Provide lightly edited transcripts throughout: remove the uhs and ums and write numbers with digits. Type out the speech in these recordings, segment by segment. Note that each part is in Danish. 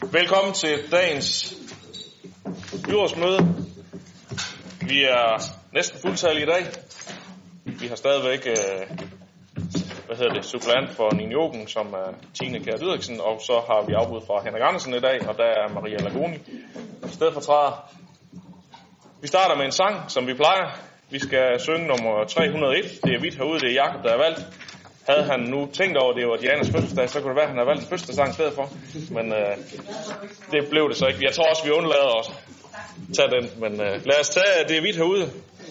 Velkommen til dagens byrådsmøde. Vi er næsten fuldtallige i dag. Vi har stadigvæk suppleant for Nini Jogen, som er Tine Kjær Didriksen, og så har vi afbud fra Henrik Andersen i dag, og der er Maria Lagoni stedfortræder. Vi starter med en sang, som vi plejer. Vi skal synge nummer 301. Det er vidt herude, det er Jakob, der er valgt. Havde han nu tænkt over, at det var Dianas fødselsdag, så kunne det være, at han havde valgt en fødselsdagssang i stedet for. Men det blev det så ikke. Jeg tror også, vi undlader at tage den. Men lad os tage, det er vidt herude.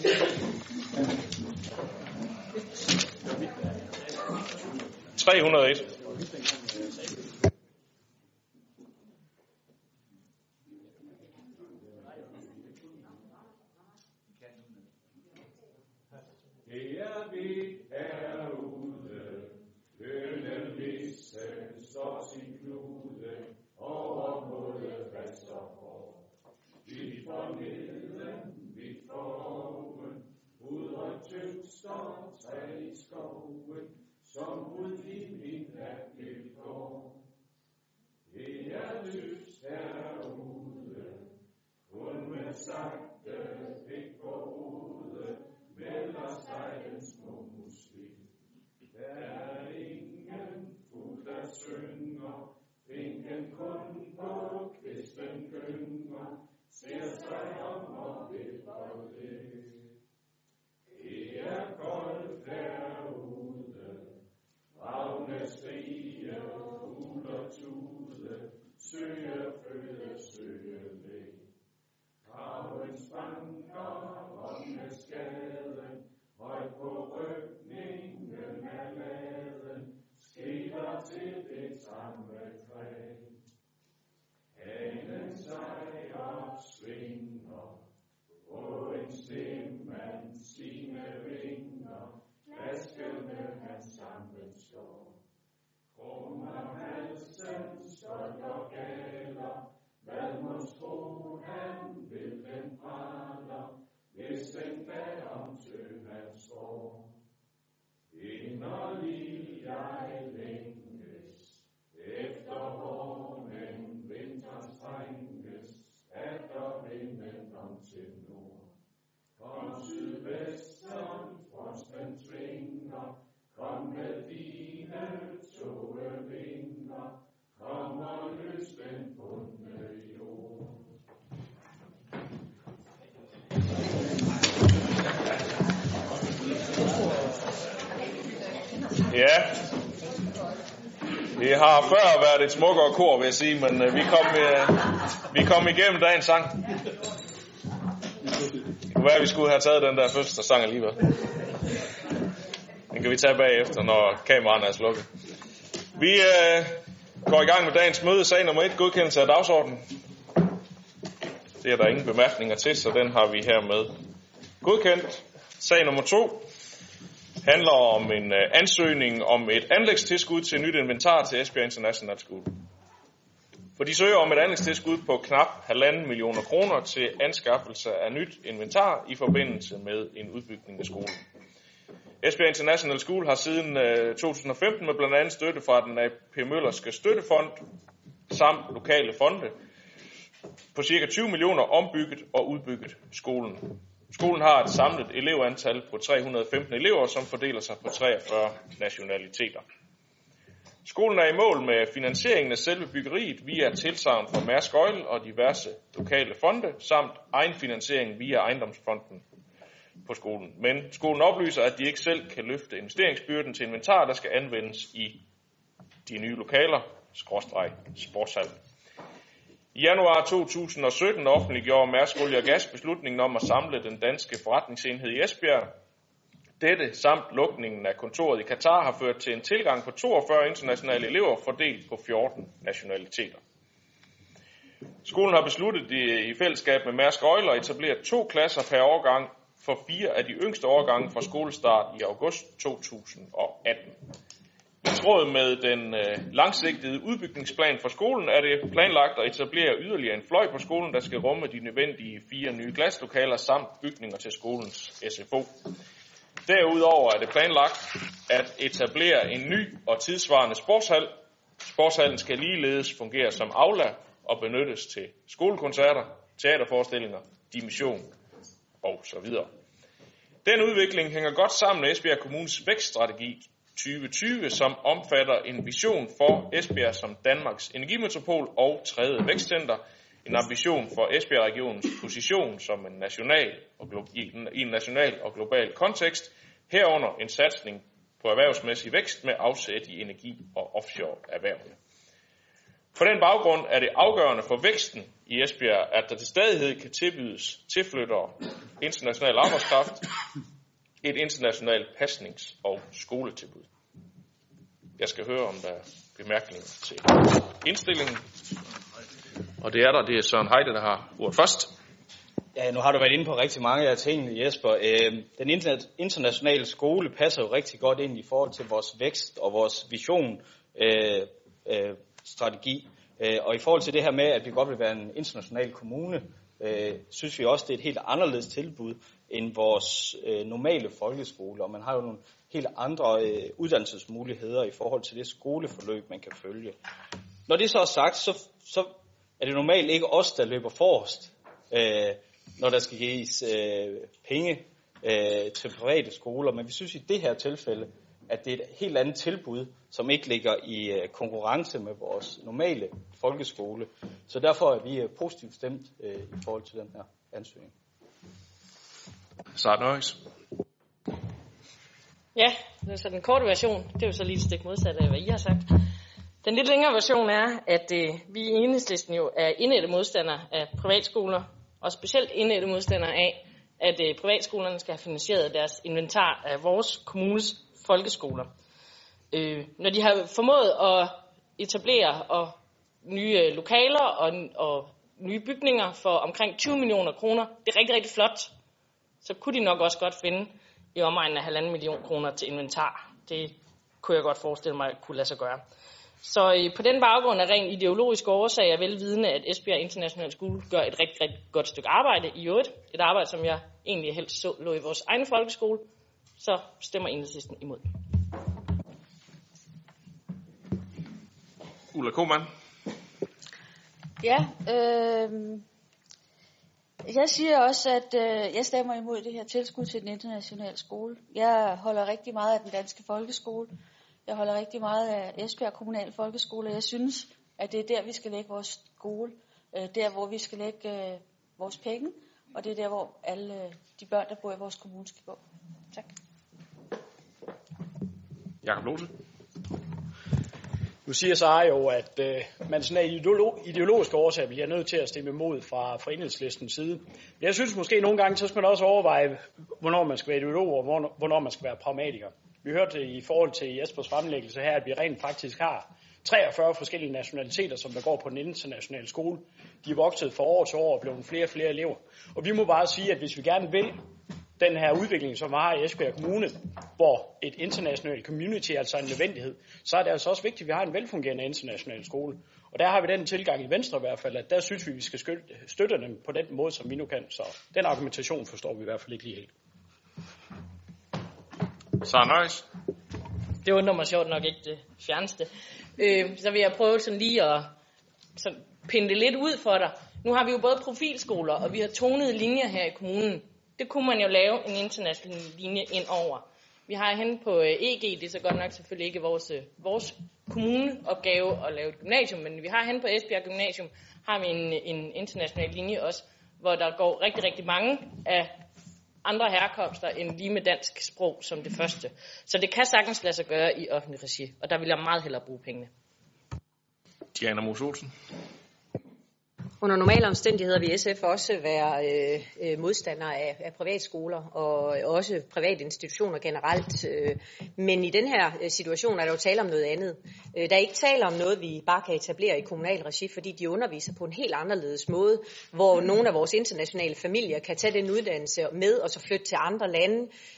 ...301. Som ud i min nakke går. Det er lyst herude, kun med sagte pik på hovedet, melder sig en små musvin. Der er ingen fugl, der synger, finken kun på kvisten gynger, ser sig om og vil holde. Det er koldt herude, Ravne skrige, ugler tude, søger føde, søger væg. Havens banker, ånde skaden, højt på rygningen af laden, skiller til det samme træ. Hanen sig opsvinger, på en stemmand sine vinger, flaskene han sammen står. Krummer halsen, stolt og gælder, hvad må tro han vil den praler, hvis den bag om til han står. Inderlig jeg længes, efter vågen vinters trænges, efter vinden om til nord. Kom sydvestern, frosten tvinger, kom med dine toge vinger, kom og løs den bundne jord. Ja, vi har før været et smukkere kor, vil jeg sige, men vi kom igennem dagens sang. Det kunne være, at vi skulle have taget den der fødselsdagssang alligevel. Den kan vi tage bagefter, når kameraerne er slukket. Vi går i gang med dagens møde. Sag nummer 1, godkendelse af dagsordenen. Det er der ingen bemærkninger til, så den har vi hermed godkendt. Sag nummer 2 handler om en ansøgning om et anlægstilskud til nyt inventar til Esbjerg International School. For de søger om et anlægstilskud på knap 1,5 millioner kroner til anskaffelse af nyt inventar i forbindelse med en udbygning af skolen. Esbjerg International School har siden 2015 med blandt andet støtte fra den AP Møllerske Støttefond samt lokale fonde på ca. 20 millioner ombygget og udbygget skolen. Skolen har et samlet elevantal på 315 elever, som fordeler sig på 43 nationaliteter. Skolen er i mål med finansieringen af selve byggeriet via tilsagn fra Mærsk Oil og diverse lokale fonde, samt egenfinansiering via ejendomsfonden på skolen. Men skolen oplyser, at de ikke selv kan løfte investeringsbyrden til inventar, der skal anvendes i de nye lokaler, /sportshal. I januar 2017 offentliggjorde Mærsk Olie og Gas beslutningen om at samle den danske forretningsenhed i Esbjerg. Dette samt lukningen af kontoret i Katar har ført til en tilgang på 42 internationale elever fordelt på 14 nationaliteter. Skolen har besluttet i fællesskab med Mærsk Oil at etablere 2 klasser per årgang for 4 af de yngste årgange fra skolestart i august 2018. I tråd med den langsigtede udbygningsplan for skolen er det planlagt at etablere yderligere en fløj på skolen, der skal rumme de nødvendige 4 nye klasselokaler samt bygninger til skolens SFO. Derudover er det planlagt at etablere en ny og tidssvarende sportshal. Sportshallen skal ligeledes fungere som aula og benyttes til skolekoncerter, teaterforestillinger, dimission og så videre. Den udvikling hænger godt sammen med Esbjerg Kommunes vækststrategi 2020, som omfatter en vision for Esbjerg som Danmarks energimetropol og 3. vækstcenter, en ambition for Esbjerg-regionens position som i en national og global kontekst, herunder en satsning på erhvervsmæssig vækst med afsæt i energi- og offshore-erhvervene. På den baggrund er det afgørende for væksten i Esbjerg, at der til stadighed kan tilbydes tilflyttere international arbejdskraft, et internationalt pasnings- og skoletilbud. Jeg skal høre, om der er bemærkninger til indstillingen. Og det er der. Det er Søren Heide, der har ordet først. Ja, nu har du været inde på rigtig mange af tingene, Jesper. Den internationale skole passer jo rigtig godt ind i forhold til vores vækst og vores vision, strategi. Og i forhold til det her med, at vi godt vil være en international kommune, synes vi også, det er et helt anderledes tilbud end vores normale folkeskole. Og man har jo nogle helt andre uddannelsesmuligheder i forhold til det skoleforløb, man kan følge. Når det så er sagt, så er det normalt ikke os, der løber forrest, når der skal gives penge til private skoler. Men vi synes i det her tilfælde, at det er et helt andet tilbud, som ikke ligger i konkurrence med vores normale folkeskole. Så derfor er vi positivt stemt i forhold til den her ansøgning. Sara Nøjes. Ja, det er så den korte version. Det er jo så lige et stik modsat af, hvad I har sagt. Den lidt længere version er, at vi i Enhedslisten jo er indædte modstandere af privatskoler, og specielt indædte modstandere af, at privatskolerne skal have finansieret deres inventar af vores kommunes folkeskoler. Når de har formået at etablere nye lokaler og nye bygninger for omkring 20 millioner kroner, det er rigtig, rigtig flot, så kunne de nok også godt finde i omegnen af 1,5 million kroner til inventar. Det kunne jeg godt forestille mig kunne lade sig gøre. Så på den baggrund af rent ideologiske årsager velvidende, at Esbjerg International Skole gør et rigtig, rigtig godt stykke arbejde i øvrigt. Et arbejde, som jeg egentlig helst så lå i vores egen folkeskole. Så stemmer Enhedslisten imod. Ulla Koman. Ja, jeg siger også, at jeg stemmer imod det her tilskud til den internationale skole. Jeg holder rigtig meget af den danske folkeskole. Jeg holder rigtig meget af Esbjerg Kommunale Folkeskole. Jeg synes, at det er der, vi skal lægge vores skole. Der, hvor vi skal lægge vores penge. Og det er der, hvor alle de børn, der bor i vores kommune, skal gå. Tak. Jakob Lose. Nu siger Sara jo, at man sådan af ideologiske årsager bliver nødt til at stemme imod fra Enhedslistens side. Jeg synes måske nogle gange, så skal man også overveje, hvornår man skal være ideolog, og hvornår man skal være pragmatiker. Vi hørte i forhold til Jespers fremlæggelse her, at vi rent faktisk har 43 forskellige nationaliteter, som der går på den internationale skole. De er vokset fra år til år og blevet flere og flere elever. Og vi må bare sige, at hvis vi gerne vil den her udvikling, som vi har i Esbjerg Kommune, hvor et internationalt community altså er en nødvendighed, så er det altså også vigtigt, at vi har en velfungerende international skole. Og der har vi den tilgang i Venstre i hvert fald, at der synes vi skal støtte dem på den måde, som vi nu kan. Så den argumentation forstår vi i hvert fald ikke lige helt. Sara Nøjes. Det undrer mig sjovt nok ikke det fjerneste. Så vil jeg prøve sådan lige at pinde det lidt ud for dig. Nu har vi jo både profilskoler, og vi har tonede linjer her i kommunen. Det kunne man jo lave en international linje ind over. Vi har henne på EG, det er så godt nok selvfølgelig ikke vores kommuneopgave at lave et gymnasium, men vi har henne på Esbjerg Gymnasium, har vi en international linje også, hvor der går rigtig, rigtig mange af andre herkomster end lige med dansk sprog som det første. Så det kan sagtens lade sig gøre i offentlig regi, og der vil jeg meget hellere bruge pengene. Diana Mose Olsen. Under normale omstændigheder vil SF også være modstandere af privatskoler og også private institutioner generelt. Men i den her situation er der jo tale om noget andet. Der er ikke tale om noget, vi bare kan etablere i kommunal regi, fordi de underviser på en helt anderledes måde, hvor nogle af vores internationale familier kan tage den uddannelse med og så flytte til andre lande.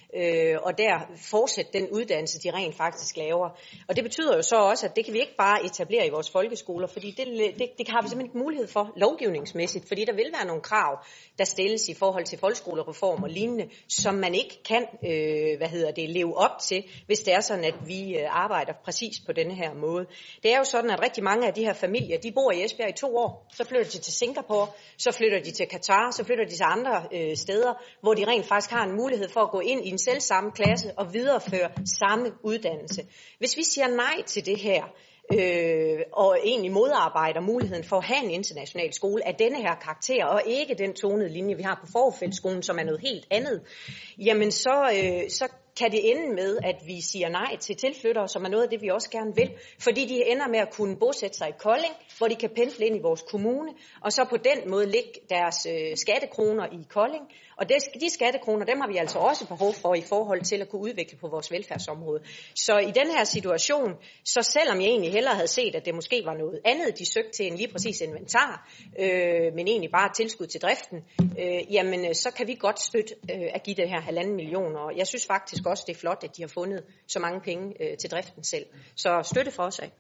og der fortsætte den uddannelse, de rent faktisk laver. Og det betyder jo så også, at det kan vi ikke bare etablere i vores folkeskoler, fordi det har vi simpelthen ikke mulighed for lovgivningsmæssigt, fordi der vil være nogle krav, der stilles i forhold til folkeskolereform og lignende, som man ikke kan leve op til, hvis det er sådan, at vi arbejder præcis på denne her måde. Det er jo sådan, at rigtig mange af de her familier, de bor i Esbjerg i 2 år, så flytter de til Singapore, så flytter de til Katar, så flytter de til andre steder, hvor de rent faktisk har en mulighed for at gå ind i en selv samme klasse og videreføre samme uddannelse. Hvis vi siger nej til det her, og egentlig modarbejder muligheden for at have en international skole af denne her karakter, og ikke den tonede linje, vi har på Forfeldtskolen, som er noget helt andet, jamen så kan det ende med, at vi siger nej til tilflyttere, som er noget af det, vi også gerne vil, fordi de ender med at kunne bosætte sig i Kolding, hvor de kan pendle ind i vores kommune, og så på den måde lægge deres skattekroner i Kolding. Og de skattekroner, dem har vi altså også behov for i forhold til at kunne udvikle på vores velfærdsområde. Så i den her situation, så selvom jeg egentlig hellere havde set, at det måske var noget andet, de søgte til en lige præcis inventar, men egentlig bare tilskud til driften, jamen så kan vi godt støtte at give det her 1,5 million. Og jeg synes faktisk også, det er flot, at de har fundet så mange penge til driften selv. Så støtte for os af.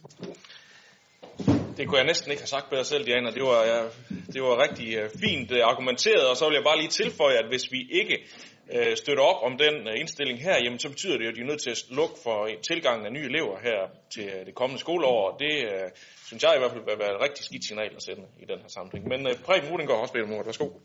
Det kunne jeg næsten ikke have sagt bedre selv, Diana. Det var rigtig fint argumenteret, og så vil jeg bare lige tilføje, at hvis vi ikke støtter op om den indstilling her, jamen så betyder det jo, at de er nødt til at lukke for tilgangen af nye elever her til det kommende skoleår, og det synes jeg i hvert fald vil være et rigtig skidt signal at sende i den her sammenhæng. Men Preben Rudinger har også bedt om ordet. Værsgo.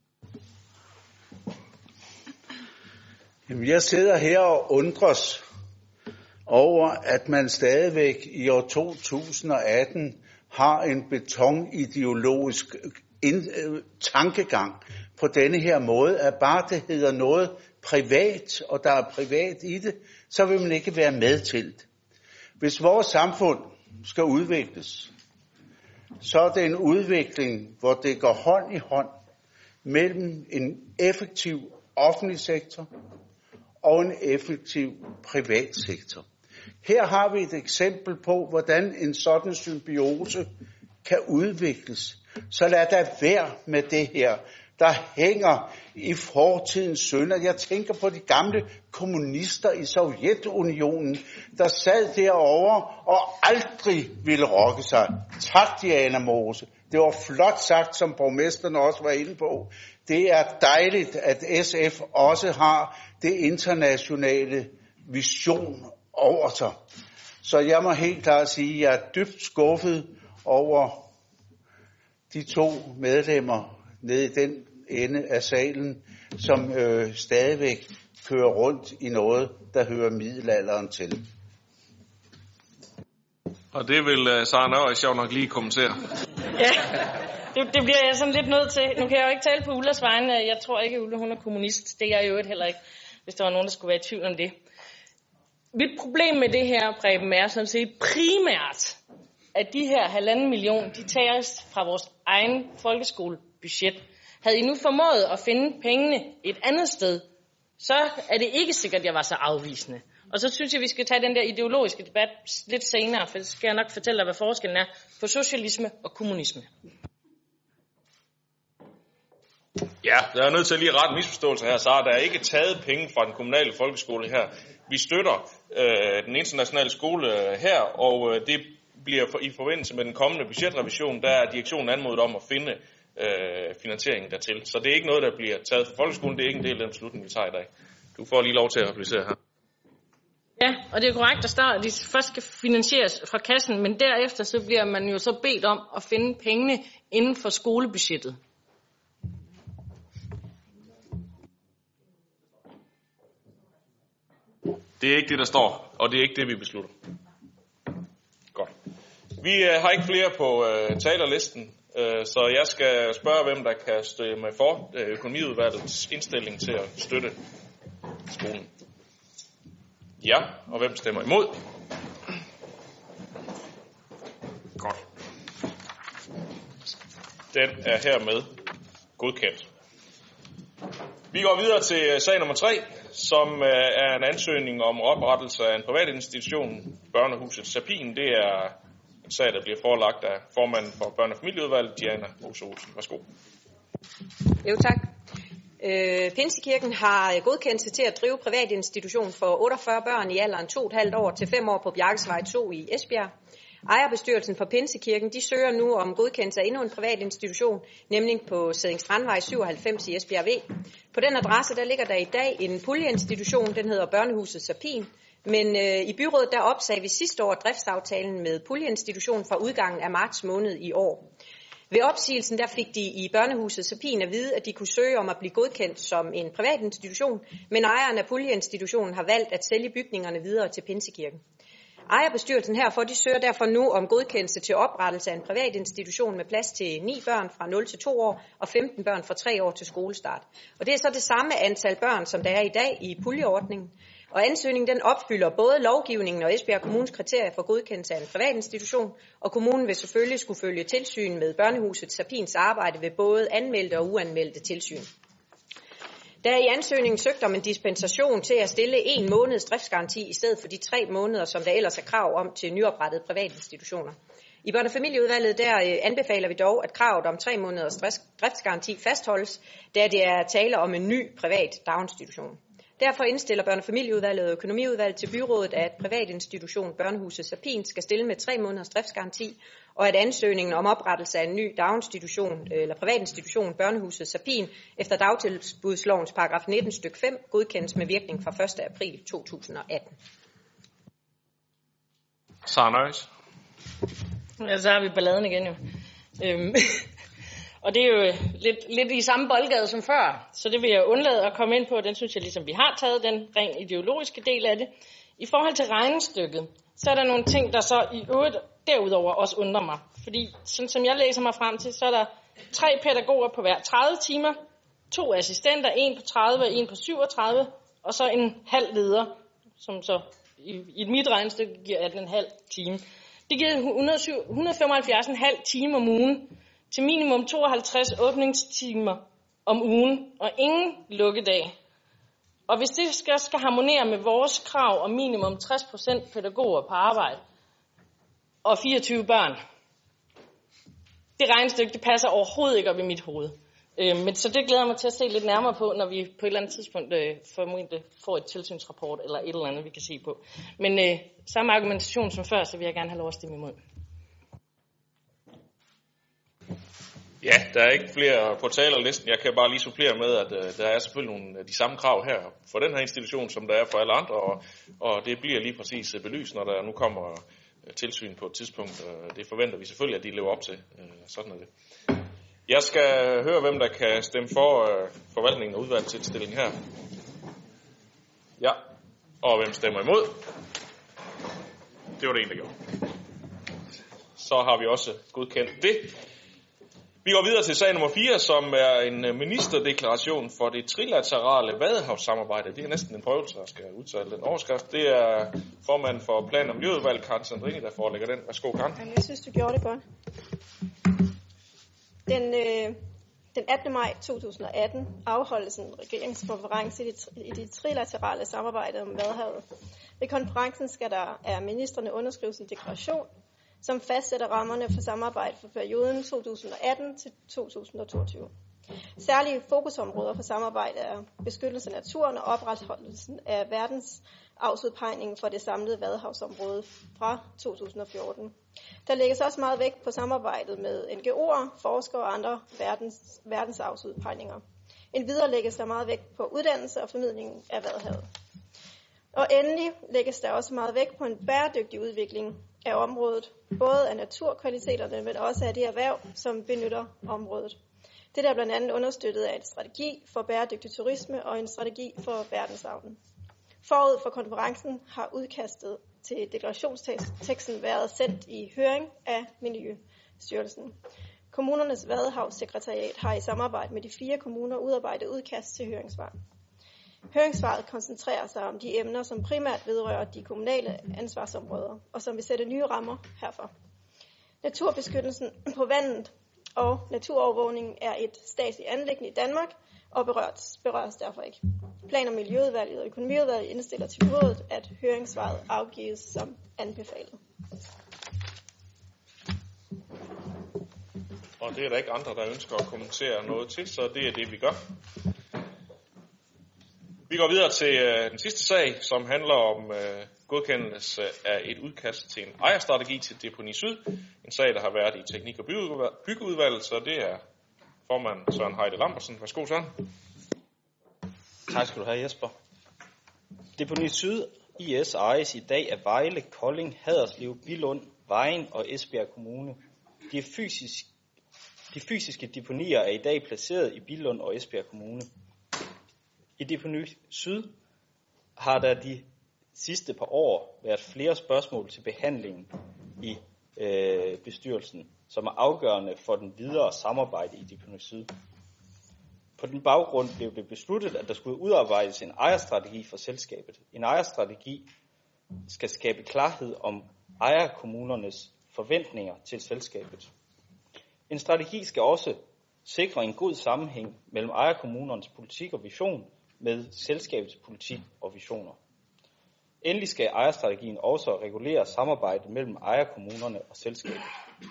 Jamen, jeg sidder her og undres over, at man stadigvæk i år 2018 har en betonideologisk tankegang på denne her måde, at bare det hedder noget privat, og der er privat i det, så vil man ikke være med til det. Hvis vores samfund skal udvikles, så er det en udvikling, hvor det går hånd i hånd mellem en effektiv offentlig sektor og en effektiv privat sektor. Her har vi et eksempel på, hvordan en sådan symbiose kan udvikles. Så lad da være med det her, der hænger i fortidens synder. Jeg tænker på de gamle kommunister i Sovjetunionen, der sad derovre og aldrig ville rokke sig. Tak, Diana Mose. Det var flot sagt, som borgmesteren også var inde på. Det er dejligt, at SF også har det internationale vision over sig. Så jeg må helt klart sige, at jeg er dybt skuffet over de 2 medlemmer nede i den ende af salen, som stadigvæk kører rundt i noget, der hører middelalderen til. Og det vil Sara Nørre sjovt nok lige kommentere. Ja, det bliver jeg sådan lidt nødt til. Nu kan jeg jo ikke tale på Ullas vegne. Jeg tror ikke, Ulla hun er kommunist. Det er jeg jo heller ikke, hvis der var nogen, der skulle være i tvivl om det. Mit problem med det her, Preben, er sådan set primært, at de her 1,5 million, de tages fra vores egen folkeskolebudget. Havde I nu formået at finde pengene et andet sted, så er det ikke sikkert, at jeg var så afvisende. Og så synes jeg, vi skal tage den der ideologiske debat lidt senere, for så skal jeg nok fortælle dig, hvad forskellen er på socialisme og kommunisme. Ja, jeg er nødt til at lige rette misforståelse her, så der er ikke taget penge fra den kommunale folkeskole her. Vi støtter den internationale skole her, og det bliver i forbindelse med den kommende budgetrevision, der er direktionen anmodet om at finde finansieringen dertil. Så det er ikke noget, der bliver taget fra folkeskolen, det er ikke en del af den beslutning, vi tager i dag. Du får lige lov til at replicere her. Ja, og det er korrekt, at de først skal finansieres fra kassen, men derefter så bliver man jo så bedt om at finde pengene inden for skolebudgettet. Det er ikke det, der står, og det er ikke det, vi beslutter. Godt. Vi har ikke flere på talerlisten, så jeg skal spørge, hvem der kan stemme for økonomiudvalgets indstilling til at støtte skolen. Ja, og hvem stemmer imod? Godt. Den er hermed godkendt. Vi går videre til sag nummer 3, som er en ansøgning om oprettelse af en privat institution, Børnehuset Sapin. Det er en sag, der bliver forelagt af formanden for Børne- og Familieudvalget, Diana Mose Olsen. Værsgo. Jo, tak. Pinsekirken har godkendelse til at drive privat institution for 48 børn i alderen 2,5 år til 5 år på Bjarkesvej 2 i Esbjerg. Ejerbestyrelsen for Pinsekirken, de søger nu om godkendelse af endnu en privat institution, nemlig på Sædding Strandvej 97 i Esbjerg V. På den adresse, der ligger der i dag en puljeinstitution, den hedder Børnehuset Sapin. Men i byrådet, der opsagde vi sidste år driftsaftalen med puljeinstitutionen fra udgangen af marts måned i år. Ved opsigelsen der fik de i Børnehuset Sapin at vide, at de kunne søge om at blive godkendt som en privat institution, men ejeren af puljeinstitutionen har valgt at sælge bygningerne videre til Pinsekirken. Ejerbestyrelsen herfor, de søger derfor nu om godkendelse til oprettelse af en privat institution med plads til 9 børn fra 0 til 2 år og 15 børn fra 3 år til skolestart. Og det er så det samme antal børn, som der er i dag i puljeordningen. Og ansøgningen den opfylder både lovgivningen og Esbjerg Kommunes kriterier for godkendelse af en privat institution, og kommunen vil selvfølgelig skulle følge tilsyn med Børnehuset Sapins arbejde ved både anmeldte og uanmeldte tilsyn. Der er i ansøgningen søgt om en dispensation til at stille 1 måneds driftsgaranti i stedet for de 3 måneder, som der ellers er krav om til nyoprettede private institutioner. I børne- og familieudvalget der anbefaler vi dog, at kravet om 3 måneders driftsgaranti fastholdes, da det er tale om en ny privat daginstitution. Derfor indstiller børne- og familieudvalget og økonomiudvalget til byrådet, at privatinstitution Børnehuset Sapin skal stille med 3 måneders driftsgaranti, og at ansøgningen om oprettelse af en ny daginstitution eller privatinstitution Børnehuset Sapin efter dagtilbudslovens paragraf 19 stykke 5 godkendes med virkning fra 1. april 2018. Sara Nøjes. Ja, så har vi balladen igen jo. Og det er jo lidt i samme boldgade som før, så det vil jeg undlade at komme ind på. Den synes jeg ligesom, vi har taget den ren ideologiske del af det. I forhold til regnestykket, så er der nogle ting, der så i øvrigt derudover også undrer mig. Fordi sådan som jeg læser mig frem til, så er der 3 pædagoger på hver 30 timer, 2 assistenter, 1 på 30 og 1 på 37, og så en halv leder, som så i mit regnestykke giver 18,5 time. Det giver 175,5 timer om ugen til minimum 52 åbningstimer om ugen og ingen lukkedag. Og hvis det skal harmonere med vores krav om minimum 60% pædagoger på arbejde og 24 børn, det regnestykke, det passer overhovedet ikke op i mit hoved. Men så det glæder jeg mig til at se lidt nærmere på, når vi på et eller andet tidspunkt formentlig får et tilsynsrapport eller et eller andet, vi kan se på. Men samme argumentation som før, så vil jeg gerne have lov at stemme imod. Ja, der er ikke flere på talerlisten. Jeg kan bare lige supplere med, at der er selvfølgelig nogle af de samme krav her for den her institution, som der er for alle andre, og det bliver lige præcis belyst, når der nu kommer tilsyn på et tidspunkt. Det forventer vi selvfølgelig, at de lever op til. Sådan er det. Jeg skal høre, hvem der kan stemme for forvaltningen og udvalgsindstillingen her. Ja, og hvem stemmer imod? Det var det en, der gjorde. Så har vi også godkendt det. Vi går videre til sag nummer 4, som er en ministerdeklaration for det trilaterale vadehavssamarbejde. Det er næsten en prøvelse, at skal udtale den overskrift. Det er formanden for Plan- og Miljøudvalget, Karen Sandrini, der forelægger den. Værsgo, Karen. Jeg synes, du gjorde det godt. Den 18. maj 2018 afholdes en regeringskonference i det trilaterale samarbejde om Vadehavet. Ved konferencen skal der af ministrene underskrives en deklaration, som fastsætter rammerne for samarbejde for perioden 2018 til 2022. Særlige fokusområder for samarbejde er beskyttelse af naturen og opretholdelsen af verdensarvsudpegningen for det samlede vadehavsområde fra 2014. Der lægges også meget vægt på samarbejdet med NGO'er, forskere og andre verdensarvsudpegninger. Endvidere lægges der meget vægt på uddannelse og formidling af Vadehavet. Og endelig lægges der også meget vægt på en bæredygtig udvikling af området, både af naturkvaliteterne, men også af det erhverv, som benytter området. Det er blandt andet understøttet af en strategi for bæredygtig turisme og en strategi for verdensarven. Forud for konferencen har udkastet til deklarationsteksten været sendt i høring af Miljøstyrelsen. Kommunernes Vadehavssekretariat har i samarbejde med de 4 kommuner udarbejdet udkast til høringssvar. Høringssvaret koncentrerer sig om de emner, som primært vedrører de kommunale ansvarsområder, og som vil sætte nye rammer herfor. Naturbeskyttelsen på vandet og naturovervågningen er et statsligt anliggende i Danmark, og berøres derfor ikke. Plan- og Miljøudvalget og Økonomiudvalget indstiller til rådet, at høringssvaret afgives som anbefalet. Og det er der ikke andre, der ønsker at kommentere noget til, så det er det, vi gør. Vi går videre til den sidste sag, som handler om godkendelse af et udkast til en ejerstrategi til Deponi Syd. En sag, der har været i Teknik- og Byggeudvalget, så det er formand Søren Heide Lambertsen. Værsgo, Søren. Tak skal du have, Jesper. Deponi Syd IS ejes i dag af Vejle, Kolding, Haderslev, Billund, Vejen og Esbjerg Kommune. De fysiske deponier er i dag placeret i Billund og Esbjerg Kommune. I Deponi Syd har der de sidste par år været flere spørgsmål til behandlingen i bestyrelsen, som er afgørende for den videre samarbejde i Deponi Syd. På den baggrund blev det besluttet, at der skulle udarbejdes en ejerstrategi for selskabet. En ejerstrategi skal skabe klarhed om ejerkommunernes forventninger til selskabet. En strategi skal også sikre en god sammenhæng mellem ejerkommunernes politik og vision med selskabets politik og visioner. Endelig skal ejerstrategien også regulere samarbejdet mellem ejerkommunerne og selskabet.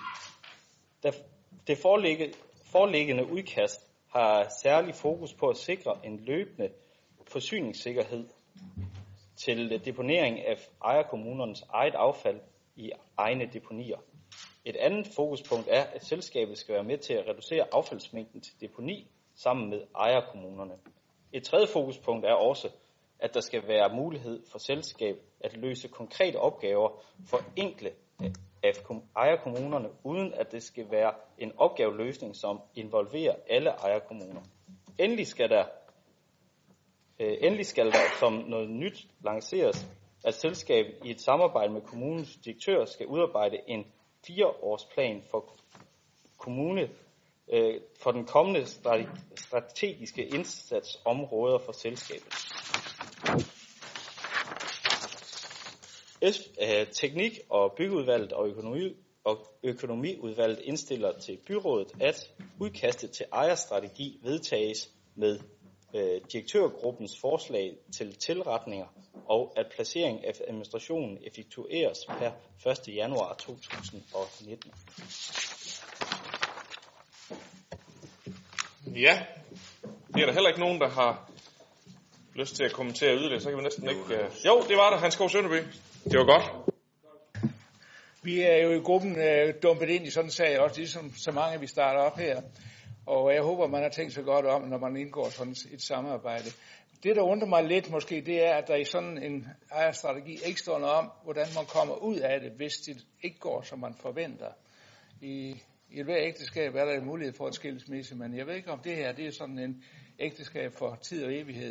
Det foreliggende udkast har særlig fokus på at sikre en løbende forsyningssikkerhed til deponering af ejerkommunernes eget affald i egne deponier. Et andet fokuspunkt er, at selskabet skal være med til at reducere affaldsmængden til deponi sammen med ejerkommunerne. Et tredje fokuspunkt er også, at der skal være mulighed for selskab at løse konkrete opgaver for enkelte af ejerkommunerne, uden at det skal være en opgaveløsning, som involverer alle ejerkommuner. Endelig skal der som noget nyt lanceres, at selskabet i et samarbejde med kommunens direktør skal udarbejde en 4-årsplan for den kommende strategiske indsatsområder for selskabet. Teknik- og Byggeudvalget og Økonomiudvalget indstiller til byrådet, at udkastet til ejerstrategi vedtages med direktørgruppens forslag til tilretninger, og at placering af administrationen effektueres per 1. januar 2019. Ja, det er der heller ikke nogen, der har lyst til at kommentere yderligere, så kan vi næsten ikke... Jo, det var der, Hans Skov Sønderby. Det var godt. Vi er jo i gruppen dumpet ind i sådan en sag, også ligesom så mange, vi starter op her. Og jeg håber, man har tænkt sig godt om, når man indgår sådan et samarbejde. Det, der undrer mig lidt måske, det er, at der i sådan en ejerstrategi ikke står noget om, hvordan man kommer ud af det, hvis det ikke går, som man forventer. I et hver ægteskab er der en mulighed for et skilsmisse, men jeg ved ikke, om det her det er sådan en ægteskab for tid og evighed.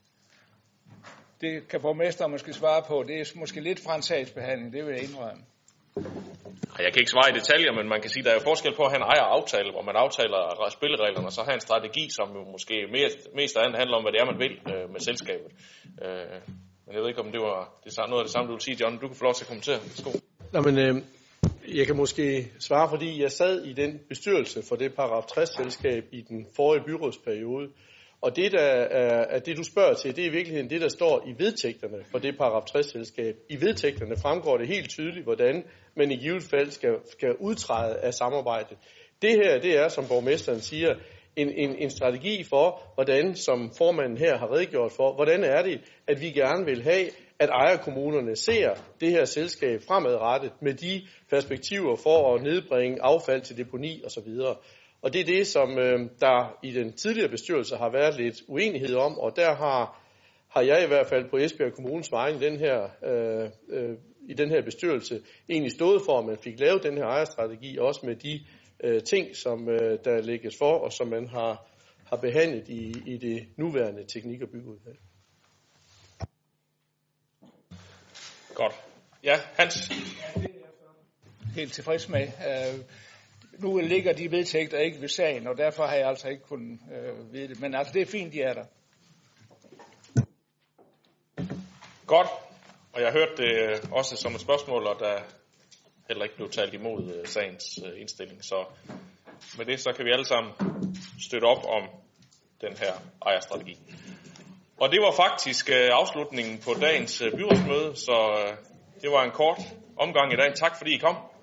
Det kan borgmesteren måske svare på. Det er måske lidt fra en sagsbehandling, det vil jeg indrømme. Jeg kan ikke svare i detaljer, men man kan sige, at der er jo forskel på at have en ejeraftale, hvor man aftaler spillereglerne, og så have en strategi, som jo måske mest af andet handler om, hvad det er, man vil med selskabet. Men jeg ved ikke, om det var noget af det samme, du vil sige, John. Du kan få lov til at kommentere. Nå, men jeg kan måske svare, fordi jeg sad i den bestyrelse for det paragraf 60-selskab i den forrige byrådsperiode. Og det, der er det, du spørger til, det er i virkeligheden det, der står i vedtægterne for det paragraf 60-selskab. I vedtægterne fremgår det helt tydeligt, hvordan man i givet fald skal udtræde af samarbejdet. Det her, det er, som borgmesteren siger, en strategi for, hvordan, som formanden her har redegjort for, hvordan er det, at vi gerne vil have, at ejerkommunerne ser det her selskab fremadrettet med de perspektiver for at nedbringe affald til deponi osv. Og det er det, som der i den tidligere bestyrelse har været lidt uenighed om, og der har jeg i hvert fald på Esbjerg Kommunes vegne i den her bestyrelse egentlig stået for, at man fik lavet den her ejerstrategi, også med de ting, som der lægges for, og som man har behandlet i det nuværende teknik- og byggeudvalg. Godt. Ja, Hans? Helt tilfreds med. Nu ligger de vedtægter ikke ved sagen, og derfor har jeg altså ikke kunnet vide det. Men altså, det er fint, de er der. Godt. Og jeg hørte det også som et spørgsmål, og der heller ikke blev talt imod sagens indstilling. Så med det, så kan vi alle sammen støtte op om den her ejerstrategi. Og det var faktisk afslutningen på dagens byrådsmøde, så det var en kort omgang i dag. Tak fordi I kom.